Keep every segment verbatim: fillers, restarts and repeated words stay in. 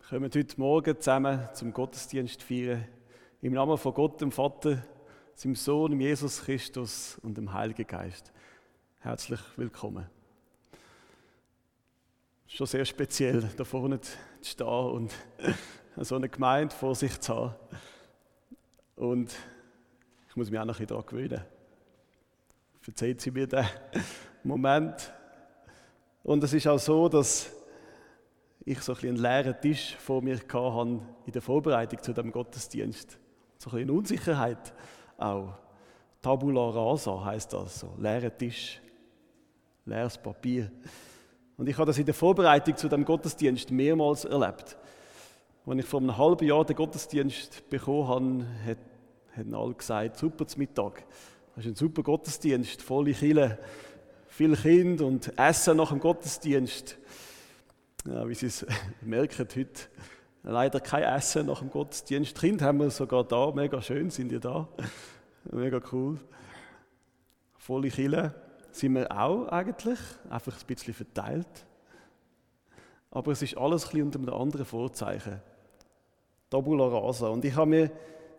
kommen heute Morgen zusammen zum Gottesdienst feiern. Im Namen von Gott, dem Vater, seinem Sohn, dem Jesus Christus und dem Heiligen Geist. Herzlich willkommen. Schon sehr speziell, da vorne zu stehen und so eine Gemeinde vor sich zu haben. Und ich muss mich auch noch ein bisschen daran gewöhnen. Verzeiht sie mir den Moment. Und es ist auch so, dass ich so ein bisschen einen leeren Tisch vor mir hatte in der Vorbereitung zu diesem Gottesdienst. So ein bisschen Unsicherheit auch. Tabula rasa heisst das, so leerer Tisch, leeres Papier. Und ich habe das in der Vorbereitung zu diesem Gottesdienst mehrmals erlebt. Als ich vor einem halben Jahr den Gottesdienst bekommen habe, haben alle gesagt, super zum Mittag. Das ist ein super Gottesdienst, volle Kirche, viele Kinder und Essen nach dem Gottesdienst. Ja, wie Sie es merken, heute leider kein Essen nach dem Gottesdienst. Die Kinder haben wir sogar da, mega schön sind die da, mega cool. Volle Kirche sind wir auch eigentlich, einfach ein bisschen verteilt. Aber es ist alles ein bisschen unter einem anderen Vorzeichen. Tabula rasa. Und ich habe mir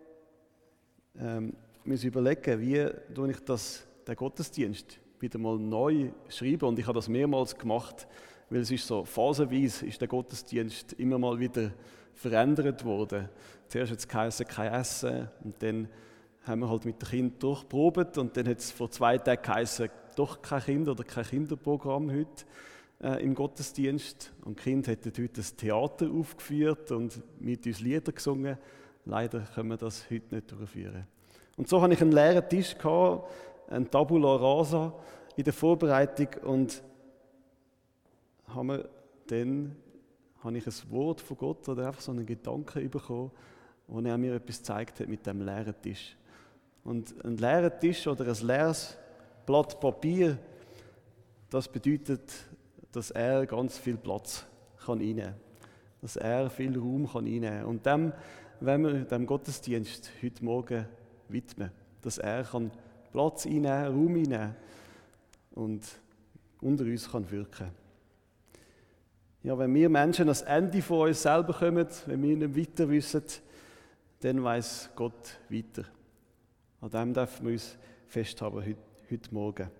ähm, müssen überlegen, wie tue ich das, den Gottesdienst wieder mal neu schreiben. Und ich habe das mehrmals gemacht. Weil es ist so, phasenweise ist der Gottesdienst immer mal wieder verändert worden. Zuerst hat es geheißen, kein Essen, und dann haben wir halt mit den Kindern durchprobiert und dann hat es vor zwei Tagen geheißen, doch kein Kind oder kein Kinderprogramm heute äh, im Gottesdienst. Und die Kinder hätten heute ein Theater aufgeführt und mit uns Lieder gesungen. Leider können wir das heute nicht durchführen. Und so hatte ich einen leeren Tisch, gehabt, ein Tabula rasa in der Vorbereitung, und habe dann habe ich ein Wort von Gott oder einfach so einen Gedanken bekommen, wo er mir etwas gezeigt hat mit dem leeren Tisch. Und ein leerer Tisch oder ein leeres Blatt Papier, das bedeutet, dass er ganz viel Platz kann einnehmen kann. Dass er viel Raum kann einnehmen kann. Und dem wollen wir dem Gottesdienst heute Morgen widmen. Dass er kann Platz einnehmen, Raum einnehmen und unter uns kann wirken. Ja, wenn wir Menschen ans Ende von uns selber kommen, wenn wir nicht weiter wissen, dann weiss Gott weiter. An dem dürfen wir uns festhalten heute, heute Morgen.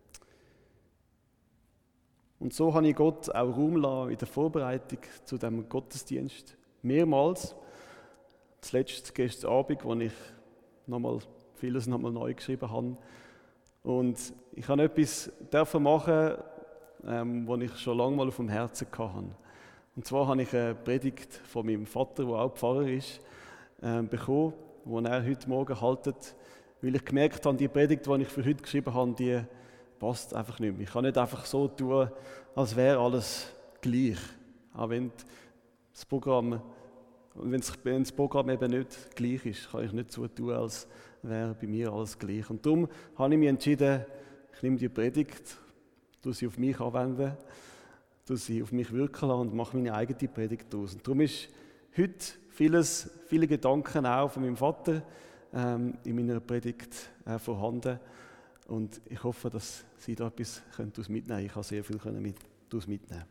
Und so habe ich Gott auch Raum lassen in der Vorbereitung zu diesem Gottesdienst. Mehrmals. Zuletzt gestern Abend, als ich nochmal vieles nochmal neu geschrieben habe. Und ich habe etwas dürfen machen, Ähm, was ich schon lange mal auf dem Herzen hatte. Und zwar habe ich eine Predigt von meinem Vater, der auch Pfarrer ist, äh, bekommen, die er heute Morgen haltet, weil ich gemerkt habe, die Predigt, die ich für heute geschrieben habe, die passt einfach nicht mehr. Ich kann nicht einfach so tun, als wäre alles gleich. Auch wenn das Programm, wenn das Programm eben nicht gleich ist, kann ich nicht so tun, als wäre bei mir alles gleich. Und darum habe ich mich entschieden, ich nehme die Predigt, tue sie auf mich anwenden, tue sie auf mich wirken lassen und mache meine eigene Predigt daraus. Und darum ist heute vieles, viele Gedanken auch von meinem Vater ähm, in meiner Predigt äh, vorhanden. Und ich hoffe, dass Sie da etwas daraus mitnehmen können. Ich habe sehr viel mit, daraus mitnehmen.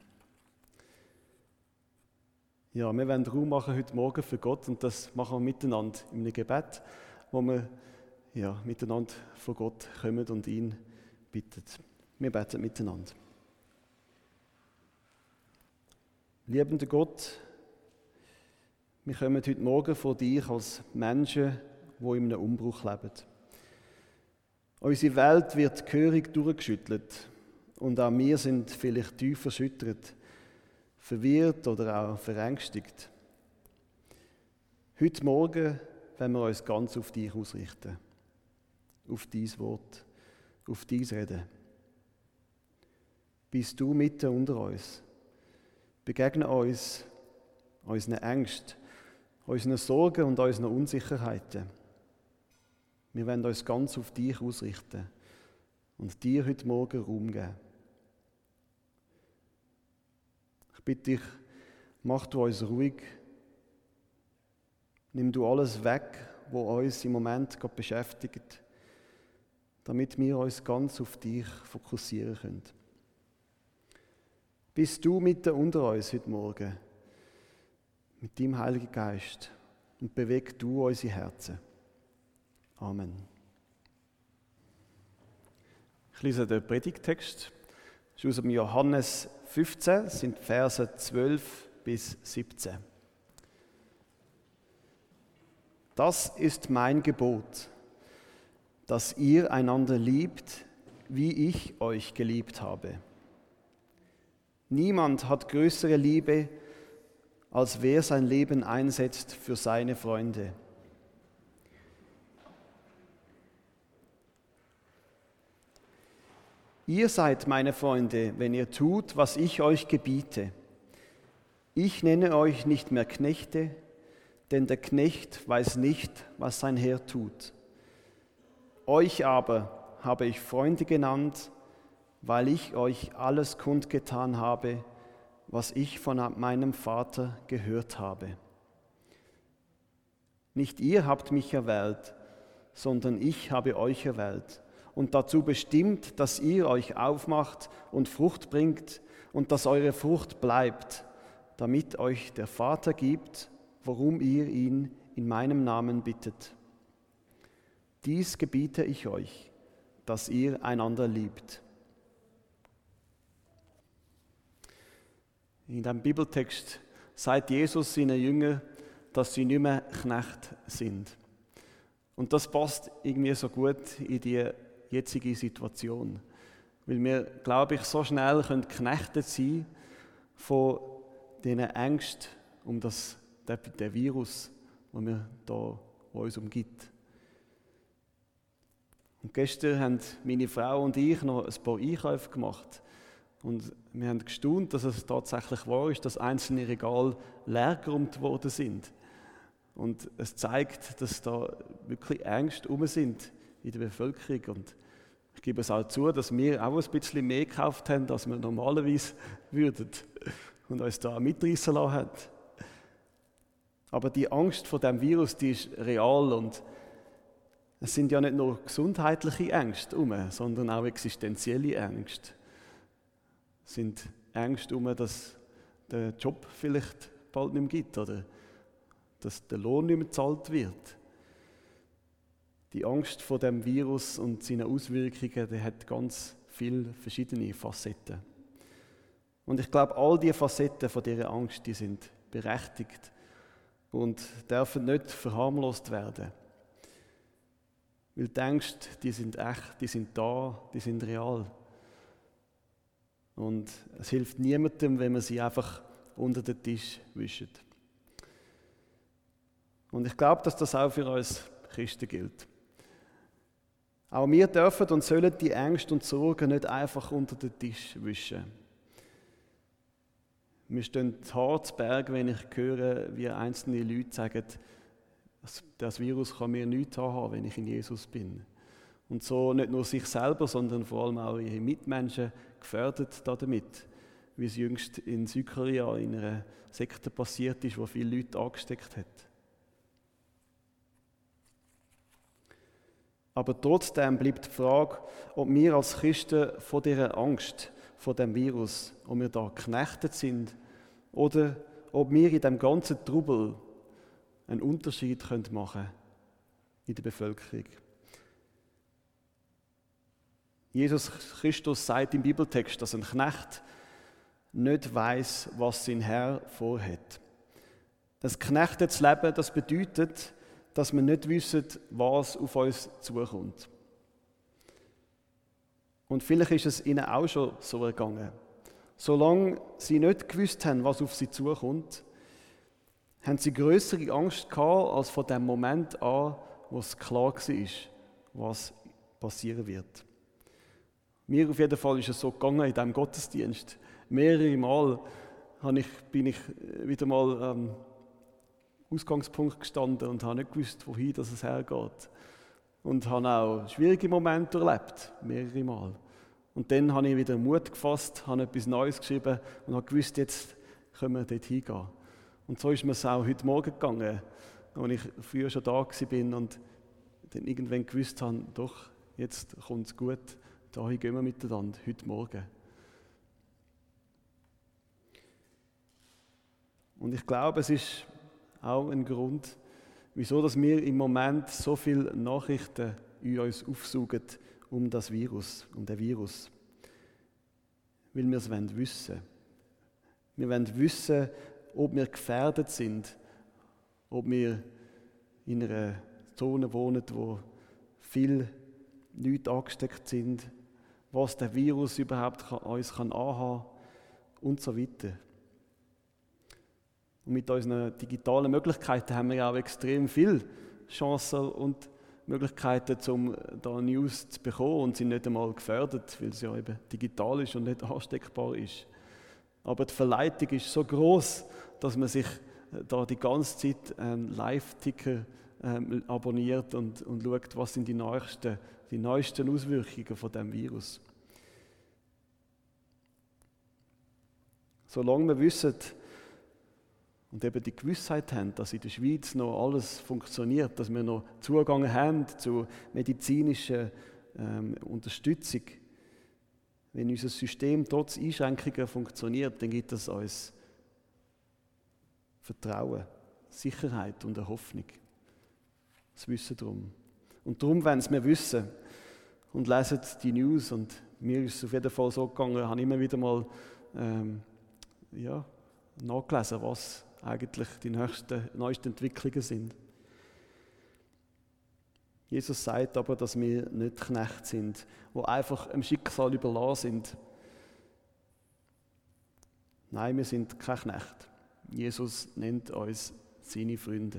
Ja, wir wollen Raum machen heute Morgen für Gott, und das machen wir miteinander in einem Gebet, wo wir ja, miteinander vor Gott kommen und ihn bitten. Wir beten miteinander. Liebender Gott, wir kommen heute Morgen vor dich als Menschen, die in einem Umbruch leben. Unsere Welt wird gehörig durchgeschüttelt und auch wir sind vielleicht tief erschüttert, verwirrt oder auch verängstigt. Heute Morgen wollen wir uns ganz auf dich ausrichten, auf dein Wort, auf dein Reden. Bist du mitten unter uns. Begegne uns, unseren Ängsten, unseren Sorgen und unseren Unsicherheiten. Wir wollen uns ganz auf dich ausrichten und dir heute Morgen Raum geben. Ich bitte dich, mach du uns ruhig. Nimm du alles weg, was uns im Moment gerade beschäftigt, damit wir uns ganz auf dich fokussieren können. Bist du mitten unter uns heute Morgen? mit deinem Heiligen Geist und beweg du unsere Herzen. Amen. Ich lese den Predigttext. Das ist aus dem Johannes fünfzehn, das sind Verse zwölf bis siebzehn. Das ist mein Gebot, dass ihr einander liebt, wie ich euch geliebt habe. Niemand hat größere Liebe, als wer sein Leben einsetzt für seine Freunde. Ihr seid meine Freunde, wenn ihr tut, was ich euch gebiete. Ich nenne euch nicht mehr Knechte, denn der Knecht weiß nicht, was sein Herr tut. Euch aber habe ich Freunde genannt, weil ich euch alles kundgetan habe, was ich von meinem Vater gehört habe. Nicht ihr habt mich erwählt, sondern ich habe euch erwählt und dazu bestimmt, dass ihr euch aufmacht und Frucht bringt und dass eure Frucht bleibt, damit euch der Vater gibt, worum ihr ihn in meinem Namen bittet. Dies gebiete ich euch, dass ihr einander liebt. In dem Bibeltext sagt Jesus seinen Jüngern, dass sie nicht mehr Knecht sind. Und das passt irgendwie so gut in die jetzige Situation. Weil wir, glaube ich, so schnell können geknechtet sein von diesen Ängsten um das, den, den Virus, den wir da uns umgibt. Und gestern haben meine Frau und ich noch ein paar Einkäufe gemacht. Und wir haben gestaunt, dass es tatsächlich wahr ist, dass einzelne Regale leergeräumt worden sind. Und es zeigt, dass da wirklich Ängste herum sind in der Bevölkerung. Und ich gebe es auch zu, dass wir auch ein bisschen mehr gekauft haben, als wir normalerweise würden. Und uns da auch mitreissen lassen haben. Aber die Angst vor dem Virus, die ist real. Und es sind ja nicht nur gesundheitliche Ängste herum, sondern auch existenzielle Ängste. Es sind Ängste herum, dass der Job vielleicht bald nicht mehr gibt oder dass der Lohn nicht mehr gezahlt wird. Die Angst vor dem Virus und seinen Auswirkungen, die hat ganz viele verschiedene Facetten. Und ich glaube, all diese Facetten von dieser Angst, die sind berechtigt und dürfen nicht verharmlost werden. Weil die Ängste, die sind echt, die sind da, die sind real. Und es hilft niemandem, wenn man sie einfach unter den Tisch wischt. Und ich glaube, dass das auch für uns Christen gilt. Auch wir dürfen und sollen die Ängste und Sorgen nicht einfach unter den Tisch wischen. Mir stehen die Haare zu Berg, wenn ich höre, wie einzelne Leute sagen, das Virus kann mir nichts haben, wenn ich in Jesus bin. Und so nicht nur sich selber, sondern vor allem auch ihre Mitmenschen gefährdet damit, wie es jüngst in Südkorea in einer Sekte passiert ist, wo viele Leute angesteckt hat. Aber trotzdem bleibt die Frage, ob wir als Christen vor dieser Angst, vor dem Virus, ob wir da geknechtet sind oder ob wir in dem ganzen Trubel einen Unterschied machen können in der Bevölkerung. Jesus Christus sagt im Bibeltext, dass ein Knecht nicht weiß, was sein Herr vorhat. Das geknechtetes Leben, das bedeutet, dass wir nicht wissen, was auf uns zukommt. Und vielleicht ist es ihnen auch schon so ergangen. Solange sie nicht gewusst haben, was auf sie zukommt, haben sie größere Angst gehabt, als von dem Moment an, wo es klar war, was passieren wird. Mir auf jeden Fall ist es so gegangen in diesem Gottesdienst. Mehrere Mal ich, bin ich wieder mal am ähm, Ausgangspunkt gestanden und habe nicht gewusst, wohin es hergeht. Und habe auch schwierige Momente erlebt, mehrere Mal. Und dann habe ich wieder Mut gefasst, habe etwas Neues geschrieben und habe gewusst, jetzt können wir dort hingehen. Und so ist mir es auch heute Morgen gegangen, als ich früher schon da war und dann irgendwann gewusst habe, doch, jetzt kommt es gut, dahin gehen wir miteinander, heute Morgen. Und ich glaube, es ist auch ein Grund, wieso dass wir im Moment so viele Nachrichten in uns aufsaugen um das Virus, um den Virus. Weil wir es wissen wollen. Wir wollen wissen, ob wir gefährdet sind, ob wir in einer Zone wohnen, wo viele Leute angesteckt sind, was der Virus überhaupt kann, uns kann anhaben und so weiter. Und mit unseren digitalen Möglichkeiten haben wir ja auch extrem viele Chancen und Möglichkeiten, um da News zu bekommen und sind nicht einmal gefährdet, weil es ja eben digital ist und nicht ansteckbar ist. Aber die Verleitung ist so groß, dass man sich da die ganze Zeit einen Live-Ticker ähm, abonniert und, und schaut, was sind die neuesten, die neuesten Auswirkungen von dem Virus. Solange wir wissen und eben die Gewissheit haben, dass in der Schweiz noch alles funktioniert, dass wir noch Zugang haben zu medizinischer ähm, Unterstützung, wenn unser System trotz Einschränkungen funktioniert, dann gibt es uns Vertrauen, Sicherheit und eine Hoffnung. Das Wissen darum. Und darum wollen wir wissen und lesen die News. Und mir ist es auf jeden Fall so gegangen, ich habe immer wieder mal ähm, ja, nachgelesen, was eigentlich die nächsten, neuesten Entwicklungen sind. Jesus sagt aber, dass wir nicht Knechte sind, die einfach dem Schicksal überlassen sind. Nein, wir sind kein Knecht. Jesus nennt uns seine Freunde.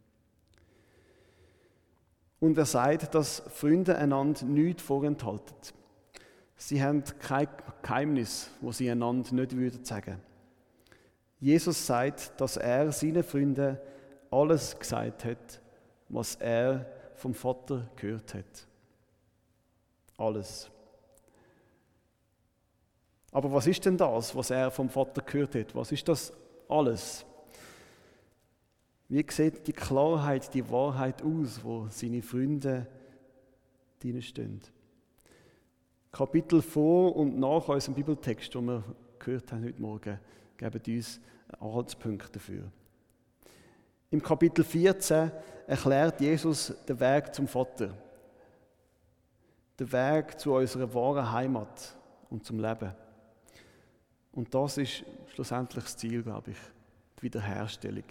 Und er sagt, dass Freunde einander nichts vorenthalten. Sie haben kein Geheimnis, das sie einander nicht würden sagen. Jesus sagt, dass er seinen Freunden alles gesagt hat, was er vom Vater gehört hat. Alles. Aber was ist denn das, was er vom Vater gehört hat? Was ist das alles? Wie sieht die Klarheit, die Wahrheit aus, wo seine Freunde drinnen stehen? Kapitel vor und nach unserem Bibeltext, den wir gehört haben heute Morgen, geben uns Anhaltspunkte dafür. Im Kapitel vierzehn erklärt Jesus den Weg zum Vater. Den Weg zu unserer wahren Heimat und zum Leben. Und das ist schlussendlich das Ziel, glaube ich, die Wiederherstellung.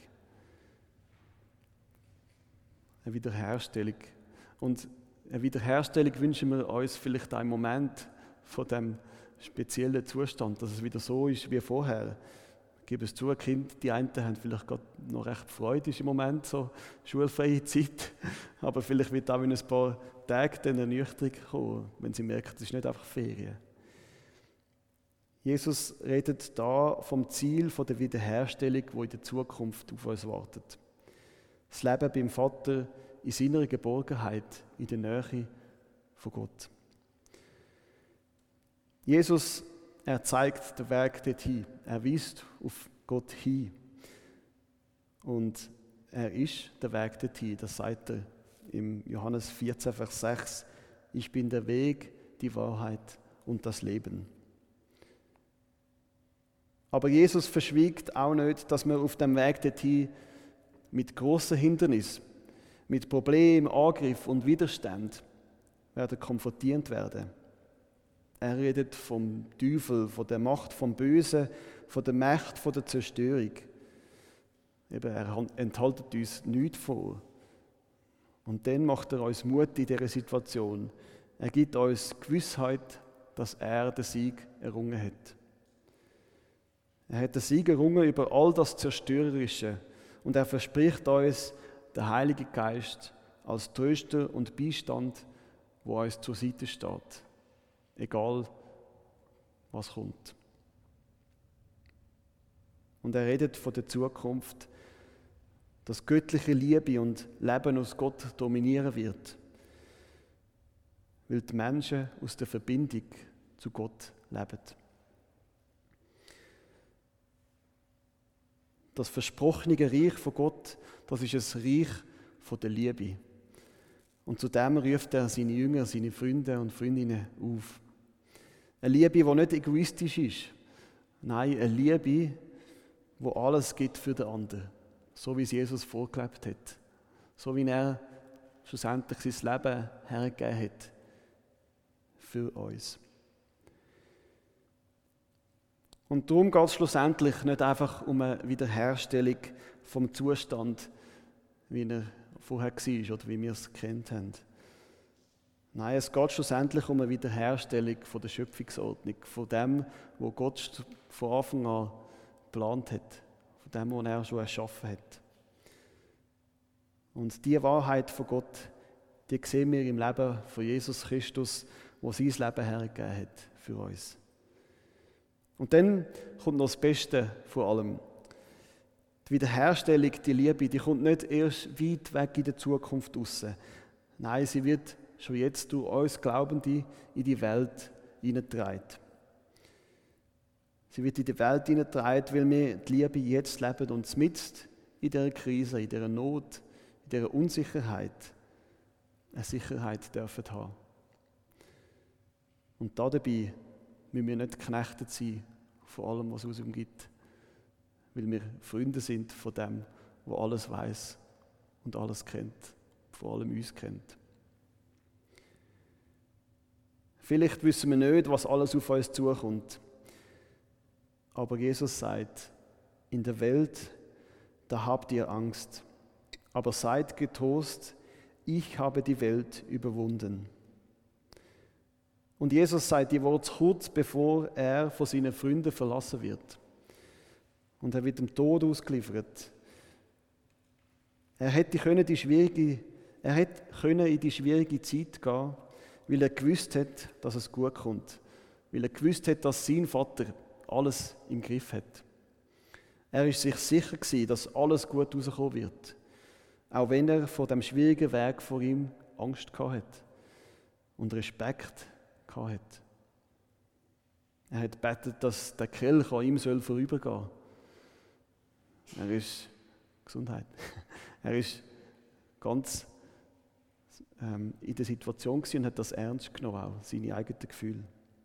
Eine Wiederherstellung. Und eine Wiederherstellung wünschen wir uns vielleicht einen Moment von dem speziellen Zustand, dass es wieder so ist wie vorher. Ich gebe es zu, Kinder, die einen haben vielleicht gerade noch recht Freude ist im Moment, so schulfreie Zeit, aber vielleicht wird auch in ein paar Tagen dann eine Ernüchterung kommen, wenn sie merken, es ist nicht einfach Ferien. Jesus redet da vom Ziel von der Wiederherstellung, die in der Zukunft auf uns wartet. Das Leben beim Vater in seiner Geborgenheit, in der Nähe von Gott. Jesus, er zeigt den Weg dorthin. Er weist auf Gott hin. Und er ist der Weg dorthin. Das sagt er im Johannes vierzehn, Vers sechs. Ich bin der Weg, die Wahrheit und das Leben. Aber Jesus verschwiegt auch nicht, dass wir auf dem Weg dorthin mit grossen Hindernissen, mit Problemen, Angriff und Widerstand werden konfrontiert werden. Er redet vom Teufel, von der Macht vom Bösen, von der Macht, von der Zerstörung. Eben, er enthaltet uns nichts vor. Und dann macht er uns Mut in dieser Situation. Er gibt uns Gewissheit, dass er den Sieg errungen hat. Er hat den Sieg errungen über all das Zerstörerische. Und er verspricht uns den Heiligen Geist als Tröster und Beistand, wo uns zur Seite steht. Egal, was kommt. Und er redet von der Zukunft, dass göttliche Liebe und Leben aus Gott dominieren wird, weil die Menschen aus der Verbindung zu Gott leben. Das versprochene Reich von Gott, das ist ein Reich von der Liebe. Und zu dem ruft er seine Jünger, seine Freunde und Freundinnen auf. Eine Liebe, die nicht egoistisch ist. Nein, eine Liebe, die alles gibt für den anderen. so wie es Jesus vorgelebt hat, so wie er schlussendlich sein Leben hergegeben hat für uns. Und darum geht es schlussendlich nicht einfach um eine Wiederherstellung vom Zustand, wie er vorher war oder wie wir es kennt haben. Nein, es geht schlussendlich um eine Wiederherstellung von der Schöpfungsordnung, von dem, was Gott von Anfang an geplant hat, von dem, was er schon erschaffen hat. Und diese Wahrheit von Gott, die sehen wir im Leben von Jesus Christus, der sein Leben hergegeben hat für uns. Und dann kommt noch das Beste von allem. Die Wiederherstellung, die Liebe, die kommt nicht erst weit weg in der Zukunft raus. Nein, sie wird schon jetzt durch uns Glaubende in die Welt hineingetragen. Sie wird in die Welt hineingetragen, weil wir die Liebe jetzt leben und mitten in dieser Krise, in dieser Not, in dieser Unsicherheit eine Sicherheit dürfen haben. Und dabei müssen wir nicht geknechtet sein von allem, was es uns umgibt, weil wir Freunde sind von dem, der alles weiß und alles kennt, vor allem uns kennt. Vielleicht wissen wir nicht, was alles auf uns zukommt, aber Jesus sagt, in der Welt, da habt ihr Angst, aber seid getrost, ich habe die Welt überwunden. Und Jesus sagt die Worte kurz bevor er von seinen Freunden verlassen wird. Und er wird dem Tod ausgeliefert. Er hätte können die schwierige, er hätte können in die schwierige Zeit gehen, weil er gewusst hat, dass es gut kommt. Weil er gewusst hat, dass sein Vater alles im Griff hat. Er ist sich sicher gewesen, dass alles gut rauskommen wird. Auch wenn er vor dem schwierigen Weg vor ihm Angst gehabt hat und Respekt hat. Er hat gebetet, dass der Kelch an ihm soll vorübergehen soll. Er ist Gesundheit. Er ist ganz ähm, in der Situation gewesen und hat das ernst genommen, auch seine eigenen Gefühle.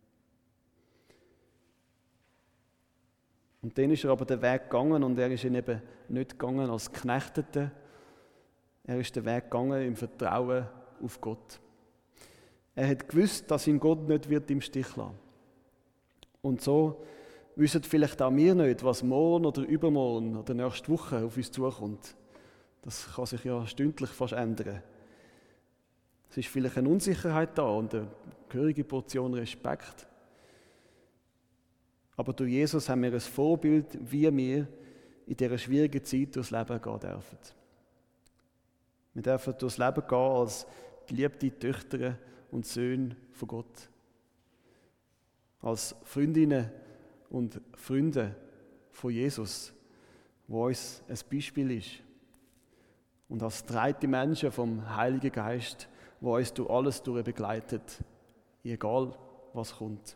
Und dann ist er aber den Weg gegangen und er ist ihn eben nicht gegangen als Knechtete. Er ist den Weg gegangen im Vertrauen auf Gott. Er hat gewusst, dass ihn Gott nicht wird im Stich lassen. Und so wissen vielleicht auch wir nicht, was morgen oder übermorgen oder nächste Woche auf uns zukommt. Das kann sich ja stündlich fast ändern. Es ist vielleicht eine Unsicherheit da und eine gehörige Portion Respekt. Aber durch Jesus haben wir ein Vorbild, wie wir in dieser schwierigen Zeit durchs Leben gehen dürfen. Wir dürfen durchs Leben gehen als geliebte Töchter und Söhne von Gott. Als Freundinnen und Freunde von Jesus, wo uns ein Beispiel ist. Und als dreite Menschen vom Heiligen Geist, wo uns durch alles durch begleitet, egal was kommt.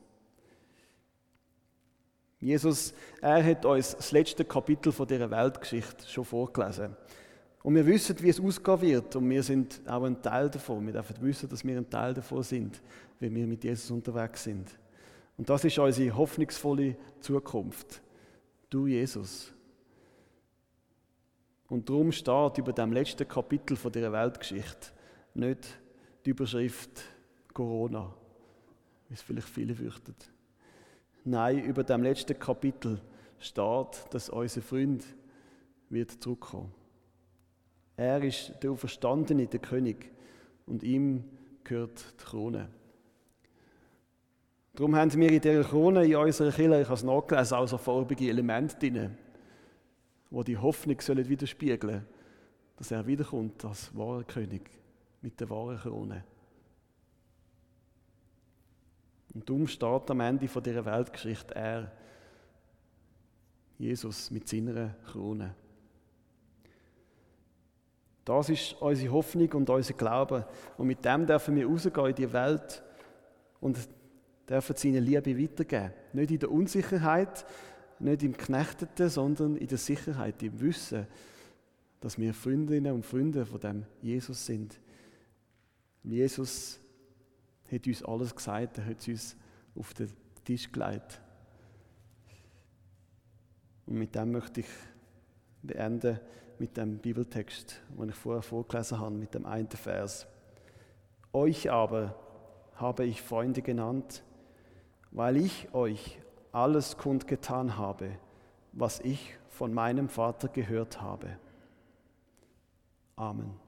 Jesus, er hat uns das letzte Kapitel von dieser Weltgeschichte schon vorgelesen. Und wir wissen, wie es ausgehen wird. Und wir sind auch ein Teil davon. Wir dürfen wissen, dass wir ein Teil davon sind, wenn wir mit Jesus unterwegs sind. Und das ist unsere hoffnungsvolle Zukunft. Du, Jesus. Und darum steht über dem letzten Kapitel von dieser Weltgeschichte nicht die Überschrift Corona, wie es vielleicht viele fürchten. Nein, über dem letzten Kapitel steht, dass unser Freund wird zurückkommen. Er ist der Auferstandene, der König, und ihm gehört die Krone. Darum haben wir in dieser Krone in unserer Kirche, ich habe es nachgelesen, auch so farbige Elemente drin, die die Hoffnung sollen widerspiegeln, dass er wiederkommt als wahrer König mit der wahren Krone. Und darum steht am Ende von dieser Weltgeschichte er, Jesus mit seiner Krone. Das ist unsere Hoffnung und unser Glaube. Und mit dem dürfen wir rausgehen in die Welt und dürfen seine Liebe weitergeben. Nicht in der Unsicherheit, nicht im Knechteten, sondern in der Sicherheit, im Wissen, dass wir Freundinnen und Freunde von dem Jesus sind. Jesus hat uns alles gesagt, er hat es uns auf den Tisch gelegt. Und mit dem möchte ich beenden mit dem Bibeltext, den ich vorher vorgelesen habe, mit dem einen Vers. Euch aber habe ich Freunde genannt, weil ich euch alles kundgetan habe, was ich von meinem Vater gehört habe. Amen.